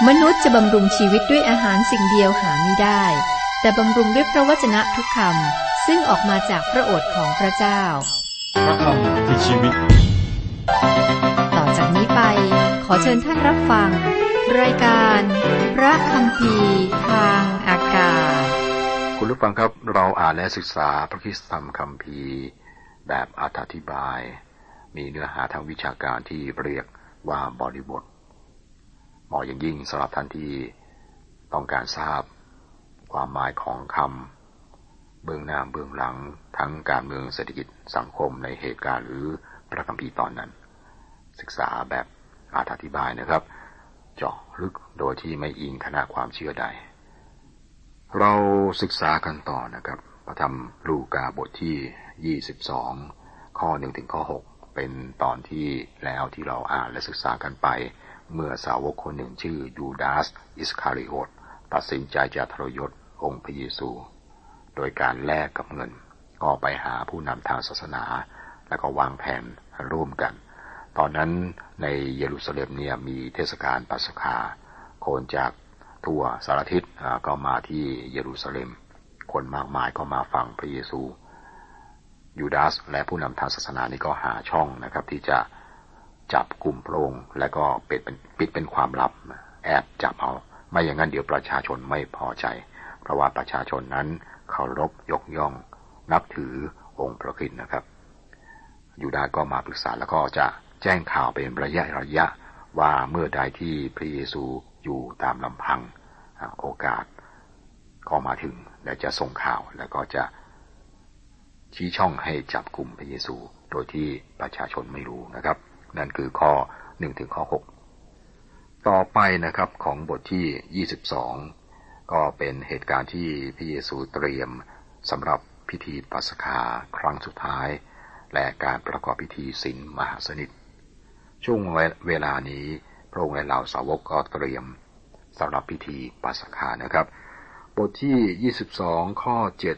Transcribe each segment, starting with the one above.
มนุษย์จะบำรุงชีวิตด้วยอาหารสิ่งเดียวหาไม่ได้แต่บำรุงด้วยพระวจนะทุกคำซึ่งออกมาจากพระโอษฐ์ของพระเจ้าพระคำคือชีวิตต่อจากนี้ไปขอเชิญท่านรับฟังรายการพระคัมภีร์ทางอากาศคุณผู้ฟังครับเราอ่านและศึกษาพระคริสตธรรมคัมภีร์แบบอธิบายมีเนื้อหาทางวิชาการที่เรียกว่าบริบทเหมาะอย่างยิ่งสำหรับท่านที่ต้องการทราบความหมายของคำเบื้องหน้าเบื้องหลังทั้งการเมืองเศรษฐกิจสังคมในเหตุการณ์หรือพระคัมภีร์ตอนนั้นศึกษาแบบอธิบายนะครับเจาะลึกโดยที่ไม่อิงคณะความเชื่อใดเราศึกษากันต่อนะครับพระธรรมลูกาบทที่22ข้อ1ถึงข้อ6เป็นตอนที่แล้วที่เราอ่านและศึกษากันไปเมื่อสาวกคนหนึ่งชื่อยูดาสอิสคาริโอตตัดสินใจจะทรยศองค์พระเยซูโดยการแลกกับเงินก็ไปหาผู้นำทางศาสนาแล้วก็วางแผนร่วมกันตอนนั้นในเยรูซาเล็มเนี่ยมีเทศกาลปัสกาคนจากทั่วสารทิศก็มาที่เยรูซาเล็มคนมากมายก็มาฟังพระเยซูยูดาสและผู้นำทางศาสนานี่ก็หาช่องนะครับที่จะจับกลุ่มพระองค์และก็ปิดเป็นความลับแอบจับเอาไม่อย่างนั้นเดี๋ยวประชาชนไม่พอใจเพราะว่าประชาชนนั้นเคารพยกย่องนับถือองค์พระคริสต์นะครับยูดาสก็มาปรึกษาแล้วก็จะแจ้งข่าวเป็นระยะว่าเมื่อใดที่พระเยซูอยู่ตามลำพังโอกาสก็มาถึงและจะส่งข่าวแล้วก็จะชี้ช่องให้จับกลุ่มพระเยซูโดยที่ประชาชนไม่รู้นะครับนั่นคือข้อ1ถึงข้อ6ต่อไปนะครับของบทที่22ก็เป็นเหตุการณ์ที่พระเยซูเตรียมสำหรับพิธีปัสกาครั้งสุดท้ายและการประกอบพิธีศีลมหาสนิทช่วงเวลานี้พระองค์และเหล่าสาวกก็เตรียมสำหรับพิธีปัสกานะครับบทที่22ข้อ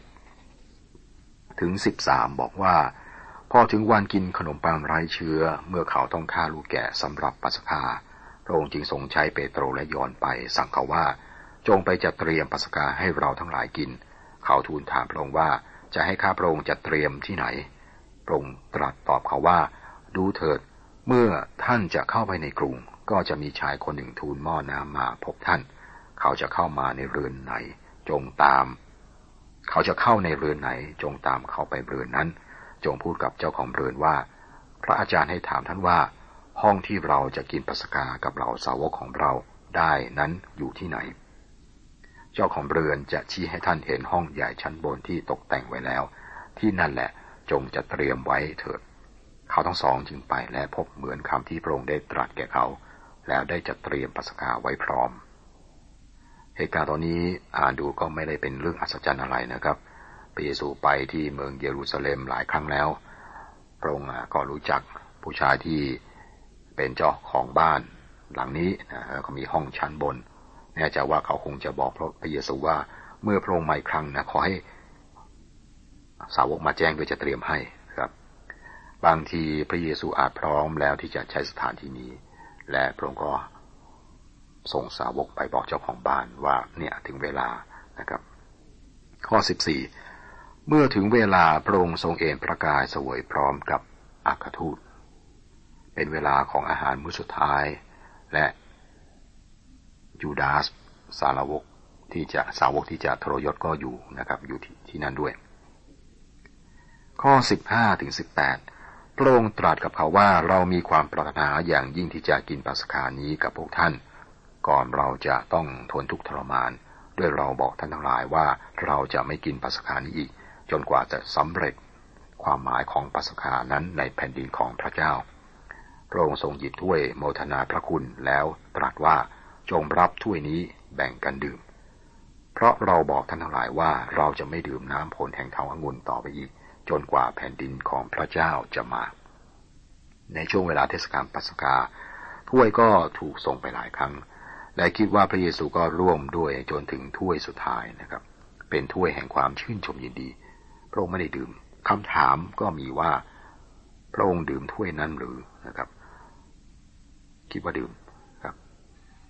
7ถึง13บอกว่าพอถึงวันกินขนมปังไร้เชื้อเมื่อเขาต้องฆ่าลูกแกะสำหรับปัสกาพระองค์จึงทรงใช้เปโตรและยอห์นไปสั่งเขาว่าจงไปจัดเตรียมปัสกาให้เราทั้งหลายกินเขาทูลถามพระองค์ว่าจะให้ข้าพระองค์จัดเตรียมที่ไหนพระองค์ตรัสตอบเขาว่าดูเถิดเมื่อท่านจะเข้าไปในกรุงก็จะมีชายคนหนึ่งทูลหม้อน้ำมาพบท่านเขาจะเข้ามาในเรือนไหนจงตามเขาจะเข้าในเรือนไหนจงตามเขาไปเรือนนั้นจงพูดกับเจ้าของเรือนว่าพระอาจารย์ให้ถามท่านว่าห้องที่เราจะกินปัสกากับเหล่าสาวกของเราได้นั้นอยู่ที่ไหนเจ้าของเรือนจะชี้ให้ท่านเห็นห้องใหญ่ชั้นบนที่ตกแต่งไว้แล้วที่นั่นแหละจงจะเตรียมไว้เถิดเขาทั้งสองจึงไปและพบเหมือนคำที่พระองค์ได้ตรัสแก่เขาแล้วได้จัดเตรียมปัสกาไว้พร้อมเหตุการณ์ตอนนี้อ่านดูก็ไม่ได้เป็นเรื่องอัศจรรย์อะไรนะครับพระเยซูไปที่เมืองเยรูซาเล็มหลายครั้งแล้วพระองค์ก็รู้จักผู้ชายที่เป็นเจ้าของบ้านหลังนี้เขามีห้องชั้นบนแน่ใจว่าเขาคงจะบอกพระเยซูว่าเมื่อพระองค์มาอีกครั้งนะขอให้สาวกมาแจ้งโดยจะเตรียมให้ครับบางทีพระเยซูอาจพร้อมแล้วที่จะใช้สถานที่นี้และพระองค์ก็ส่งสาวกไปบอกเจ้าของบ้านว่าเนี่ยถึงเวลานะครับข้อ14เมื่อถึงเวลาพระองค์ทรงเอนพระกายเสวยพร้อมกับอัครทูตเป็นเวลาของอาหารมื้อสุดท้ายและยูดาสสาวกที่จะทรยศก็อยู่นะครับอยู่ที่นั่นด้วยข้อ15ถึง18พระองค์ตรัสกับเขาว่าเรามีความปรารถนาอย่างยิ่งที่จะกินปัสกานี้กับพวกท่านก่อนเราจะต้องทนทุกข์ทรมานด้วยเราบอกท่านทั้งหลายว่าเราจะไม่กินปัสกานี้อีกจนกว่าจะสำเร็จความหมายของปัสกานั้นในแผ่นดินของพระเจ้าพระองค์ทรงหยิบถ้วยโมทนาพระคุณแล้วตรัสว่าจงรับถ้วยนี้แบ่งกันดื่มเพราะเราบอกท่านทั้งหลายว่าเราจะไม่ดื่มน้ำผลแห่งเถาองุ่นต่อไปอีกจนกว่าแผ่นดินของพระเจ้าจะมาในช่วงเวลาเทศกาลปัสกาถ้วยก็ถูกส่งไปหลายครั้งและคิดว่าพระเยซูก็ร่วมด้วยจนถึงถ้วยสุดท้ายนะครับเป็นถ้วยแห่งความชื่นชมยินดีพระองค์ไม่ได้ดื่มคำถามก็มีว่าพระองค์ดื่มถ้วยนั้นหรือนะครับคิดว่าดื่มครับ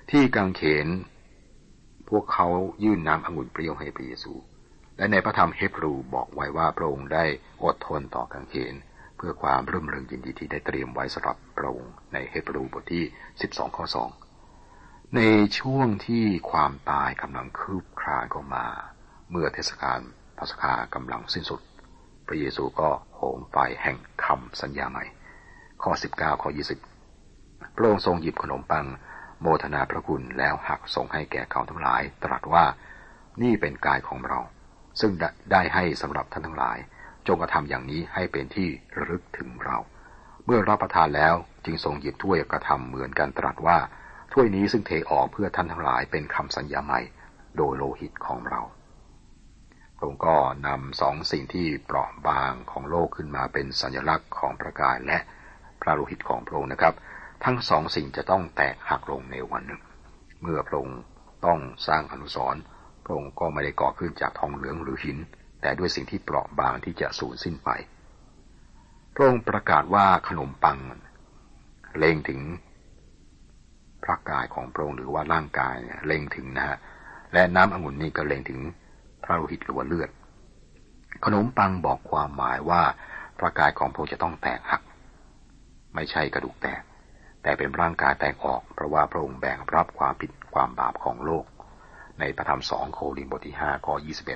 ที่กางเขนพวกเขายื่นน้ำองุ่นเปรี้ยวให้พระเยซูและในพระธรรมเฮบรูบอกไว้ว่าพระองค์ได้อดทนต่อกางเขนเพื่อความรื่นเริงยินดีที่ได้เตรียมไว้สำหรับพระองค์ในเฮบรูบทที่12ข้อ2ในช่วงที่ความตายกำลังคืบคลานเข้ามาเมื่อเทศกาลปัสกากำลังสิ้นสุดพระเยซูก็โหมไฟแห่งคำสัญญาใหม่ข้อ19ข้อ20พระองค์ทรงหยิบขนมปังโมทนาพระคุณแล้วหักส่งให้แก่เขาทั้งหลายตรัสว่านี่เป็นกายของเราซึ่งได้ให้สำหรับท่านทั้งหลายจงกระทำอย่างนี้ให้เป็นที่ระลึกถึงเราเมื่อรับประทานแล้วจึงทรงหยิบถ้วยกระทำเหมือนกันตรัสว่าถ้วยนี้ซึ่งเทออกเพื่อท่านทั้งหลายเป็นคำสัญญาใหม่โดยโลหิตของเราพระองค์ก็นำสองสิ่งที่เปราะบางของโลกขึ้นมาเป็นสัญลักษณ์ของพระกายและพระโลหิตของพระองค์นะครับทั้งสองสิ่งจะต้องแตกหักลงในวันหนึ่งเมื่อพระองค์ต้องสร้างอนุสรณ์พระองค์ก็ไม่ได้ก่อขึ้นจากทองเหลืองหรือหินแต่ด้วยสิ่งที่เปราะบางที่จะสูญสิ้นไปพระองค์ประกาศว่าขนมปังเล็งถึงพระกายของพระองค์หรือว่าร่างกายเล็งถึงนะฮะและน้ำองุ่นนี่ก็เล็งถึงพระโลหิตหรือว่าเลือดขนมปังบอกความหมายว่าพระกายของพระองค์จะต้องแตกหักไม่ใช่กระดูกแตกแต่เป็นร่างกายแตกออกเพราะว่าพระองค์แบกรับความผิดความบาปของโลกในพระธรรม2โครินธ์บทที่5ข้อ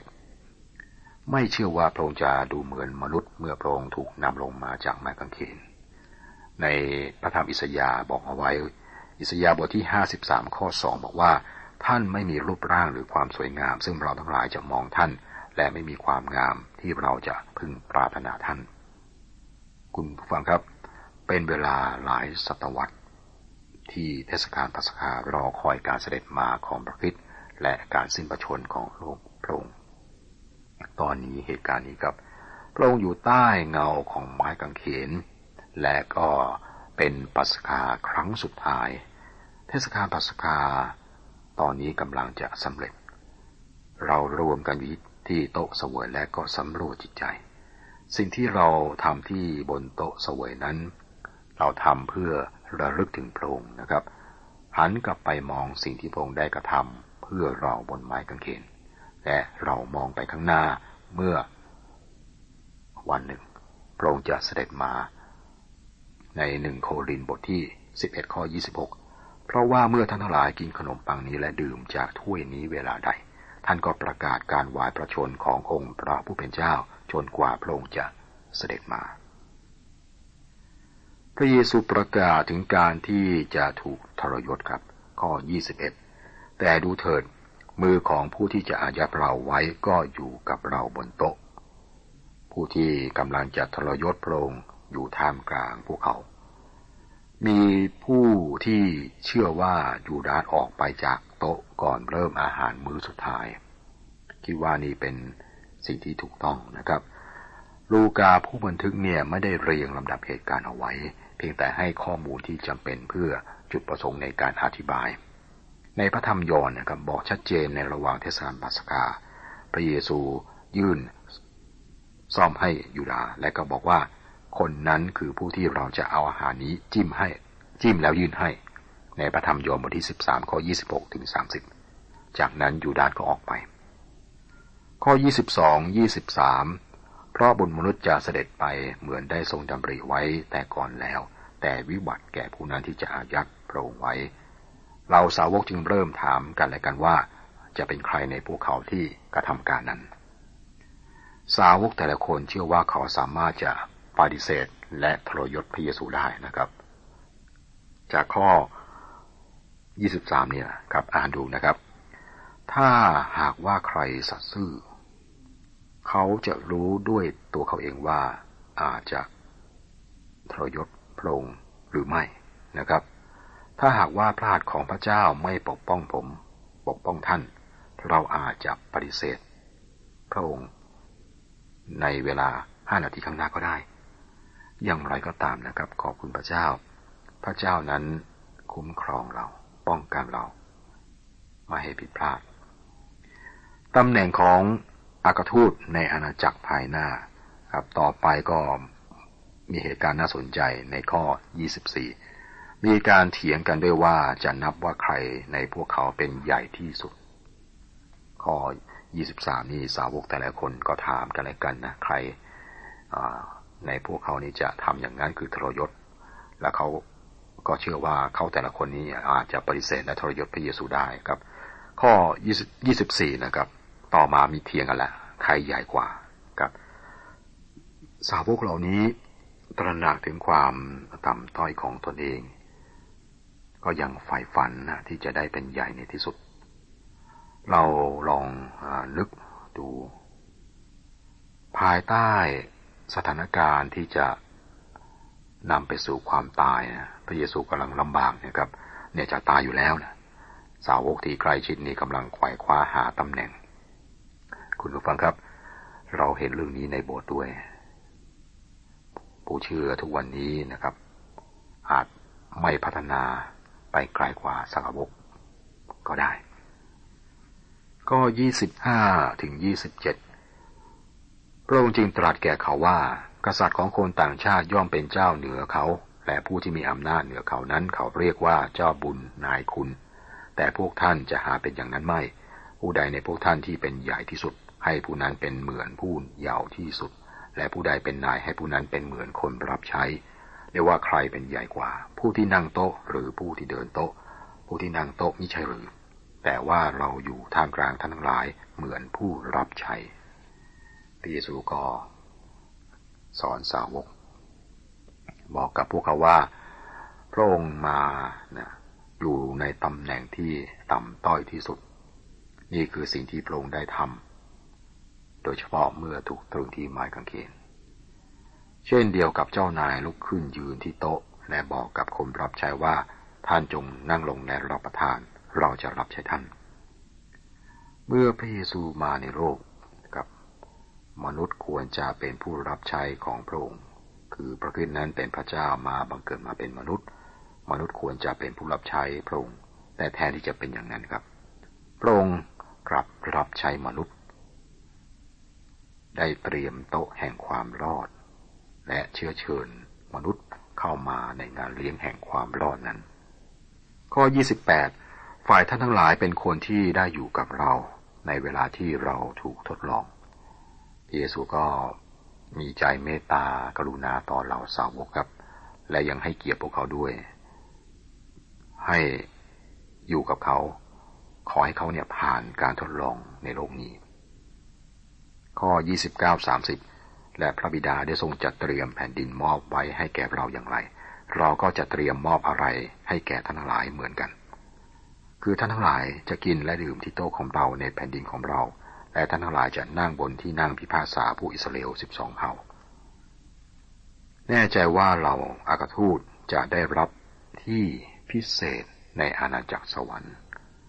21ไม่เชื่อว่าพระองค์จะดูเหมือนมนุษย์เมื่อพระองค์ถูกนำลงมาจากไม้กางเขนในพระธรรมอิสยาห์บอกเอาไว้อิสยาห์บทที่53ข้อ2บอกว่าท่านไม่มีรูปร่างหรือความสวยงามซึ่งเราทั้งหลายจะมองท่านและไม่มีความงามที่เราจะพึงปรารถนาท่านคุณผู้ฟังครับเป็นเวลาหลายศตวรรษที่เทศกาลปัสการอคอยการเสด็จมาของพระคริสต์และการสิ้นพระชนม์ของพระองค์ตอนนี้เหตุการณ์นี้ครับพระองค์อยู่ใต้เงาของไม้กางเขนและก็เป็นปัสกาครั้งสุดท้ายเทศกาลปัสกาตอนนี้กำลังจะสำเร็จเรารวมกันอยู่ที่โต๊ะเสวยและก็สำรวจจิตใจสิ่งที่เราทำที่บนโต๊ะเสวยนั้นเราทำเพื่อระลึกถึงพระองค์นะครับหันกลับไปมองสิ่งที่พระองค์ได้กระทำเพื่อเราบนไม้กางเขนและเรามองไปข้างหน้าเมื่อวันหนึ่งพระองค์จะเสด็จมาใน1โครินธ์บทที่11ข้อ26เพราะว่าเมื่อท่านทั้งหลายกินขนมปังนี้และดื่มจากถ้วยนี้เวลาใดท่านก็ประกาศการวายพระชนขององค์พระผู้เป็นเจ้าจนกว่าพระองค์จะเสด็จมาพระเยซูประกาศถึงการที่จะถูกทรยศครับข้อ21แต่ดูเถิดมือของผู้ที่จะอายัดเราไว้ก็อยู่กับเราบนโต๊ะผู้ที่กำลังจะทรยศพระองค์อยู่ท่ามกลางพวกเขามีผู้ที่เชื่อว่ายูดาสออกไปจากโต๊ะก่อนเริ่มอาหารมื้อสุดท้ายคิดว่านี่เป็นสิ่งที่ถูกต้องนะครับลูกาผู้บันทึกเนี่ยไม่ได้เรียงลำดับเหตุการณ์เอาไว้เพียงแต่ให้ข้อมูลที่จำเป็นเพื่อจุดประสงค์ในการอธิบายในพระธรรมยอห์นนะครับบอกชัดเจนในระหว่างเทศกาลปัสกาพระเยซูยื่นซ่อมให้ยูดาและก็บอกว่าคนนั้นคือผู้ที่เราจะเอาอาหารนี้จิ้มแล้วยื่นให้ในพระธรรมยอห์นบทที่13ข้อ26ถึง30จากนั้นยูดาสก็ออกไปข้อ22-23เพราะบุตรมนุษย์จะเสด็จไปเหมือนได้ทรงดำริไว้แต่ก่อนแล้วแต่วิบัติแก่ผู้นั้นที่จะอายัดพระองค์ไว้เราสาวกจึงเริ่มถามกันและกันว่าจะเป็นใครในพวกเขาที่กระทำการนั้นสาวกแต่ละคนเชื่อว่าเขาสามารถจะปฏิเสธและทรยศพระเยซูได้นะครับจากข้อ23เนี่ยครับอ่านดูนะครับถ้าหากว่าใครสัตย์ซื่อเขาจะรู้ด้วยตัวเขาเองว่าอาจจะทรยศพระองค์หรือไม่นะครับถ้าหากว่าพระหัตถ์ของพระเจ้าไม่ปกป้องผมปกป้องท่านเราอาจจะปฏิเสธพระองค์ในเวลา5 นาทีข้างหน้าก็ได้อย่างไรก็ตามนะครับขอบคุณพระเจ้าพระเจ้านั้นคุ้มครองเราป้องกันเราไม่ให้ผิดพลาดตำแหน่งของอัครทูตในอาณาจักรภายหน้าครับต่อไปก็มีเหตุการณ์น่าสนใจในข้อ24 มีการเถียงกันด้วยว่าจะนับว่าใครในพวกเขาเป็นใหญ่ที่สุดข้อ23นี่สาวกแต่ละคนก็ถามกันอะไรกันนะใครในพวกเขานี้จะทำอย่างนั้นคือทรยศและเขาก็เชื่อว่าเขาแต่ละคนนี้อาจจะปฏิเสธและทรยศพระเยซูได้ครับข้อ24นะครับต่อมามีเถียงกันละใครใหญ่กว่าครับสาวกเหล่านี้ตระหนักถึงความต่ำต้อยของตนเองก็ยังใฝ่ฝันนะที่จะได้เป็นใหญ่ในที่สุดเราลองนึกดูภายใต้สถานการณ์ที่จะนำไปสู่ความตายนะพระเยซูกำลังลำบากเนี่ยครับเนี่ยจะตายอยู่แล้วนะสาวกที่ใกล้ชิดนี้กำลังไขว่คว้าหาตำแหน่งคุณผู้ฟังครับเราเห็นเรื่องนี้ในโบสถ์ด้วยผู้เชื่อทุกวันนี้นะครับอาจไม่พัฒนาไปไกลกว่าสาวกก็ได้ก็25ถึง27พระองค์จึงตรัสแก่เขาว่ากษัตริย์ของคนต่างชาติย่อมเป็นเจ้าเหนือเขาและผู้ที่มีอำนาจเหนือเขานั้นเขาเรียกว่าเจ้าบุญนายคุณแต่พวกท่านจะหาเป็นอย่างนั้นไม่ผู้ใดในพวกท่านที่เป็นใหญ่ที่สุดให้ผู้นั้นเป็นเหมือนผู้เยาว์ที่สุดและผู้ใดเป็นนายให้ผู้นั้นเป็นเหมือนคนรับใช้เรียกว่าใครเป็นใหญ่กว่าผู้ที่นั่งโต๊ะหรือผู้ที่เดินโต๊ะผู้ที่นั่งโต๊ะมิใช่หรือแต่ว่าเราอยู่ท่ามกลางท่านทั้งหลายเหมือนผู้รับใช้พระเยซูก็สอนสาวกบอกกับพวกเขาว่าพระองค์มาอยู่ในตำแหน่งที่ต่ำต้อยที่สุดนี่คือสิ่งที่พระองค์ได้ทำโดยเฉพาะเมื่อถูกตรึงที่ไม้กางเขนเช่นเดียวกับเจ้านายลุกขึ้นยืนที่โต๊ะและบอกกับคนรับใช้ว่าท่านจงนั่งลงและรับประทานเราจะรับใช้ท่านเมื่อพระเยซูมาในโลกกับมนุษย์ควรจะเป็นผู้รับใช้ของพระองค์คือพระคริสต์นั้นเป็นพระเจ้ามาบังเกิดมาเป็นมนุษย์ควรจะเป็นผู้รับใช้พระองค์แต่แทนที่จะเป็นอย่างนั้นครับพระองค์กลับรับใช้มนุษย์ได้เตรียมโต๊ะแห่งความรอดและเชื้อเชิญมนุษย์เข้ามาในงานเลี้ยงแห่งความรอดนั้นข้อ28ฝ่ายท่านทั้งหลายเป็นคนที่ได้อยู่กับเราในเวลาที่เราถูกทดลองพระเยซูก็มีใจเมตตากรุณาต่อเหล่าสาวกครับและยังให้เกียรติพวกเขาด้วยให้อยู่กับเขาขอให้เขาเนี่ยผ่านการทดลองในโลกนี้ข้อ29-30และพระบิดาได้ทรงจัดเตรียมแผ่นดินมอบไว้ให้แก่เราอย่างไรเราก็จะเตรียมมอบอะไรให้แก่ท่านทั้งหลายเหมือนกันคือท่านทั้งหลายจะกินและดื่มที่โต๊ะของเราในแผ่นดินของเราและท่านทั้งหลายจะนั่งบนที่นั่งพิพากษาผู้อิสราเอล12เผ่าแน่ใจว่าเราอัครทูตจะได้รับที่พิเศษในอาณาจักรสวรรค์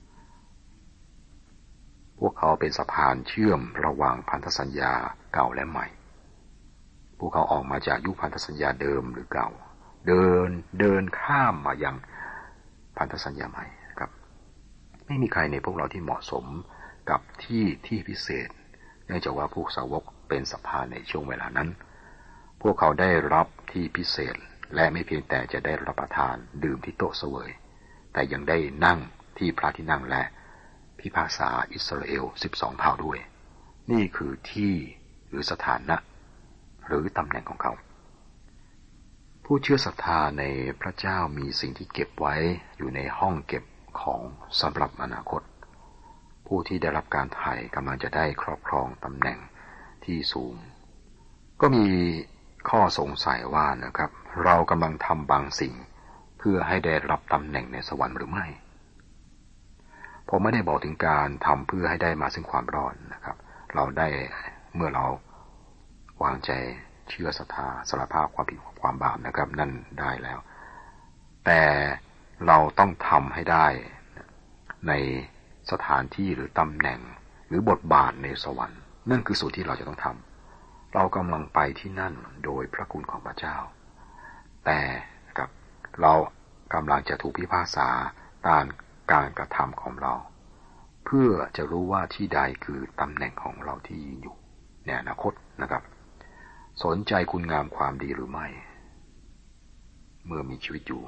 พวกเขาเป็นสะพานเชื่อมระหว่างพันธสัญญาเก่าและใหม่พวกเขาออกมาจากยุคพันธสัญญาเดิมหรือเก่าเดินข้ามมายังพันธสัญญาใหม่ครับไม่มีใครในพวกเราที่เหมาะสมกับที่พิเศษเนื่องจากว่าพวกสาวกเป็นสะพานในช่วงเวลานั้นพวกเขาได้รับที่พิเศษและไม่เพียงแต่จะได้รับประทานดื่มที่โต๊ะเสวยแต่ยังได้นั่งที่พระที่นั่งและพิพากษาอิสราเอล12เผ่าด้วยนี่คือที่หรือสถานะหรือตำแหน่งของเขาผู้เชื่อศรัทธาในพระเจ้ามีสิ่งที่เก็บไว้อยู่ในห้องเก็บของสำหรับอนาคตผู้ที่ได้รับการไถ่กำลังจะได้ครอบครองตำแหน่งที่สูงก็มีข้อสงสัยว่านะครับเรากำลังทำบางสิ่งเพื่อให้ได้รับตำแหน่งในสวรรค์หรือไม่ผมไม่ได้บอกถึงการทำเพื่อให้ได้มาซึ่งความรอดนะครับเราได้เมื่อเราวางใจเชื่อศรัทธาสารภาพความผิดความบาปนะครับนั่นได้แล้วแต่เราต้องทำให้ได้ในสถานที่หรือตำแหน่งหรือบทบาทในสวรรค์นั่นคือส่วนที่เราจะต้องทำเรากำลังไปที่นั่นโดยพระคุณของพระเจ้าแต่ครับเรากำลังจะถูกพิพากษาตามการกระทำของเราเพื่อจะรู้ว่าที่ใดคือตำแหน่งของเราที่อยู่ในอนาคตนะครับสนใจคุณงามความดีหรือไม่เมื่อมีชีวิตอยู่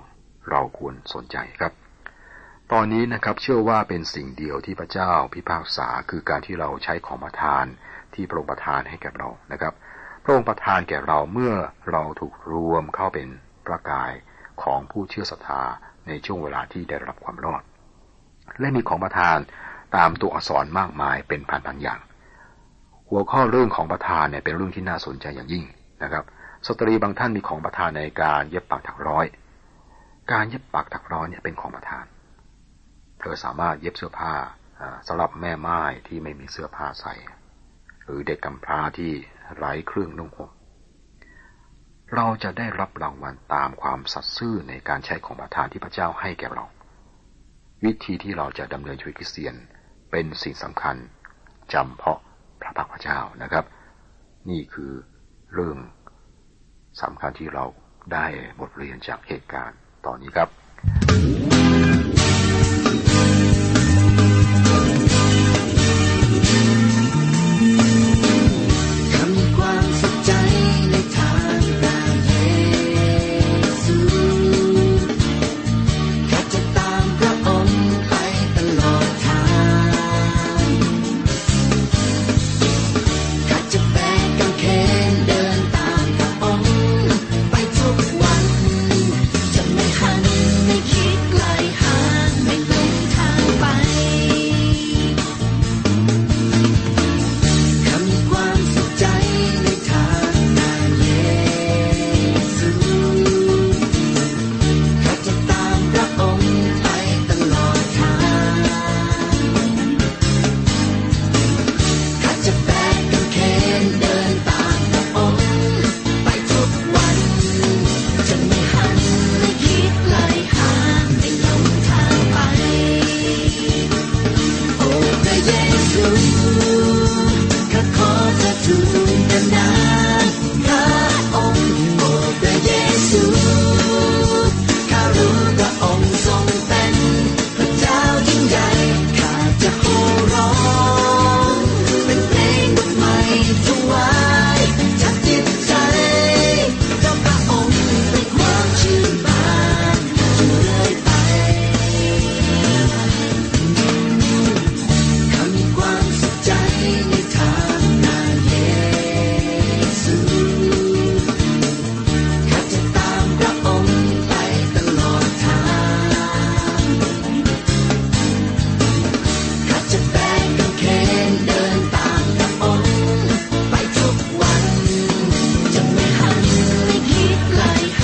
เราควรสนใจครับตอนนี้นะครับเชื่อว่าเป็นสิ่งเดียวที่พระเจ้าพิพากษาคือการที่เราใช้ของประทานที่พระองค์ประทานให้แก่เรานะครับพระองค์ประทานแก่เราเมื่อเราถูกรวมเข้าเป็นพระกายของผู้เชื่อศรัทธาในช่วงเวลาที่ได้รับความรอดและมีของประทานตามตัวอักษรมากมายเป็นพันๆอย่างหัวข้อเรื่องของประทานเนี่ยเป็นเรื่องที่น่าสนใจอย่างยิ่งนะครับสตรีบางท่านมีของประทานในการเย็บปักถักร้อยการเย็บปักถักร้อยเนี่ยเป็นของประทานเธอสามารถเย็บเสื้อผ้าสำหรับแม่ม่ายที่ไม่มีเสื้อผ้าใส่หรือเด็กกำพร้าที่ไร้เครื่องนุ่งห่มเราจะได้รับรางวัลตามความสัตย์ซื่อในการใช้ของประทานที่พระเจ้าให้แก่เราวิธีที่เราจะดำเนินชีวิตคริสเตียนเป็นสิ่งสำคัญจำเพาะพระพักพระเจ้านะครับนี่คือเรื่องสำคัญที่เราได้บทเรียนจากเหตุการณ์ตอนนี้ครับ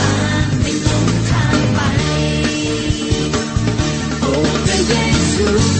True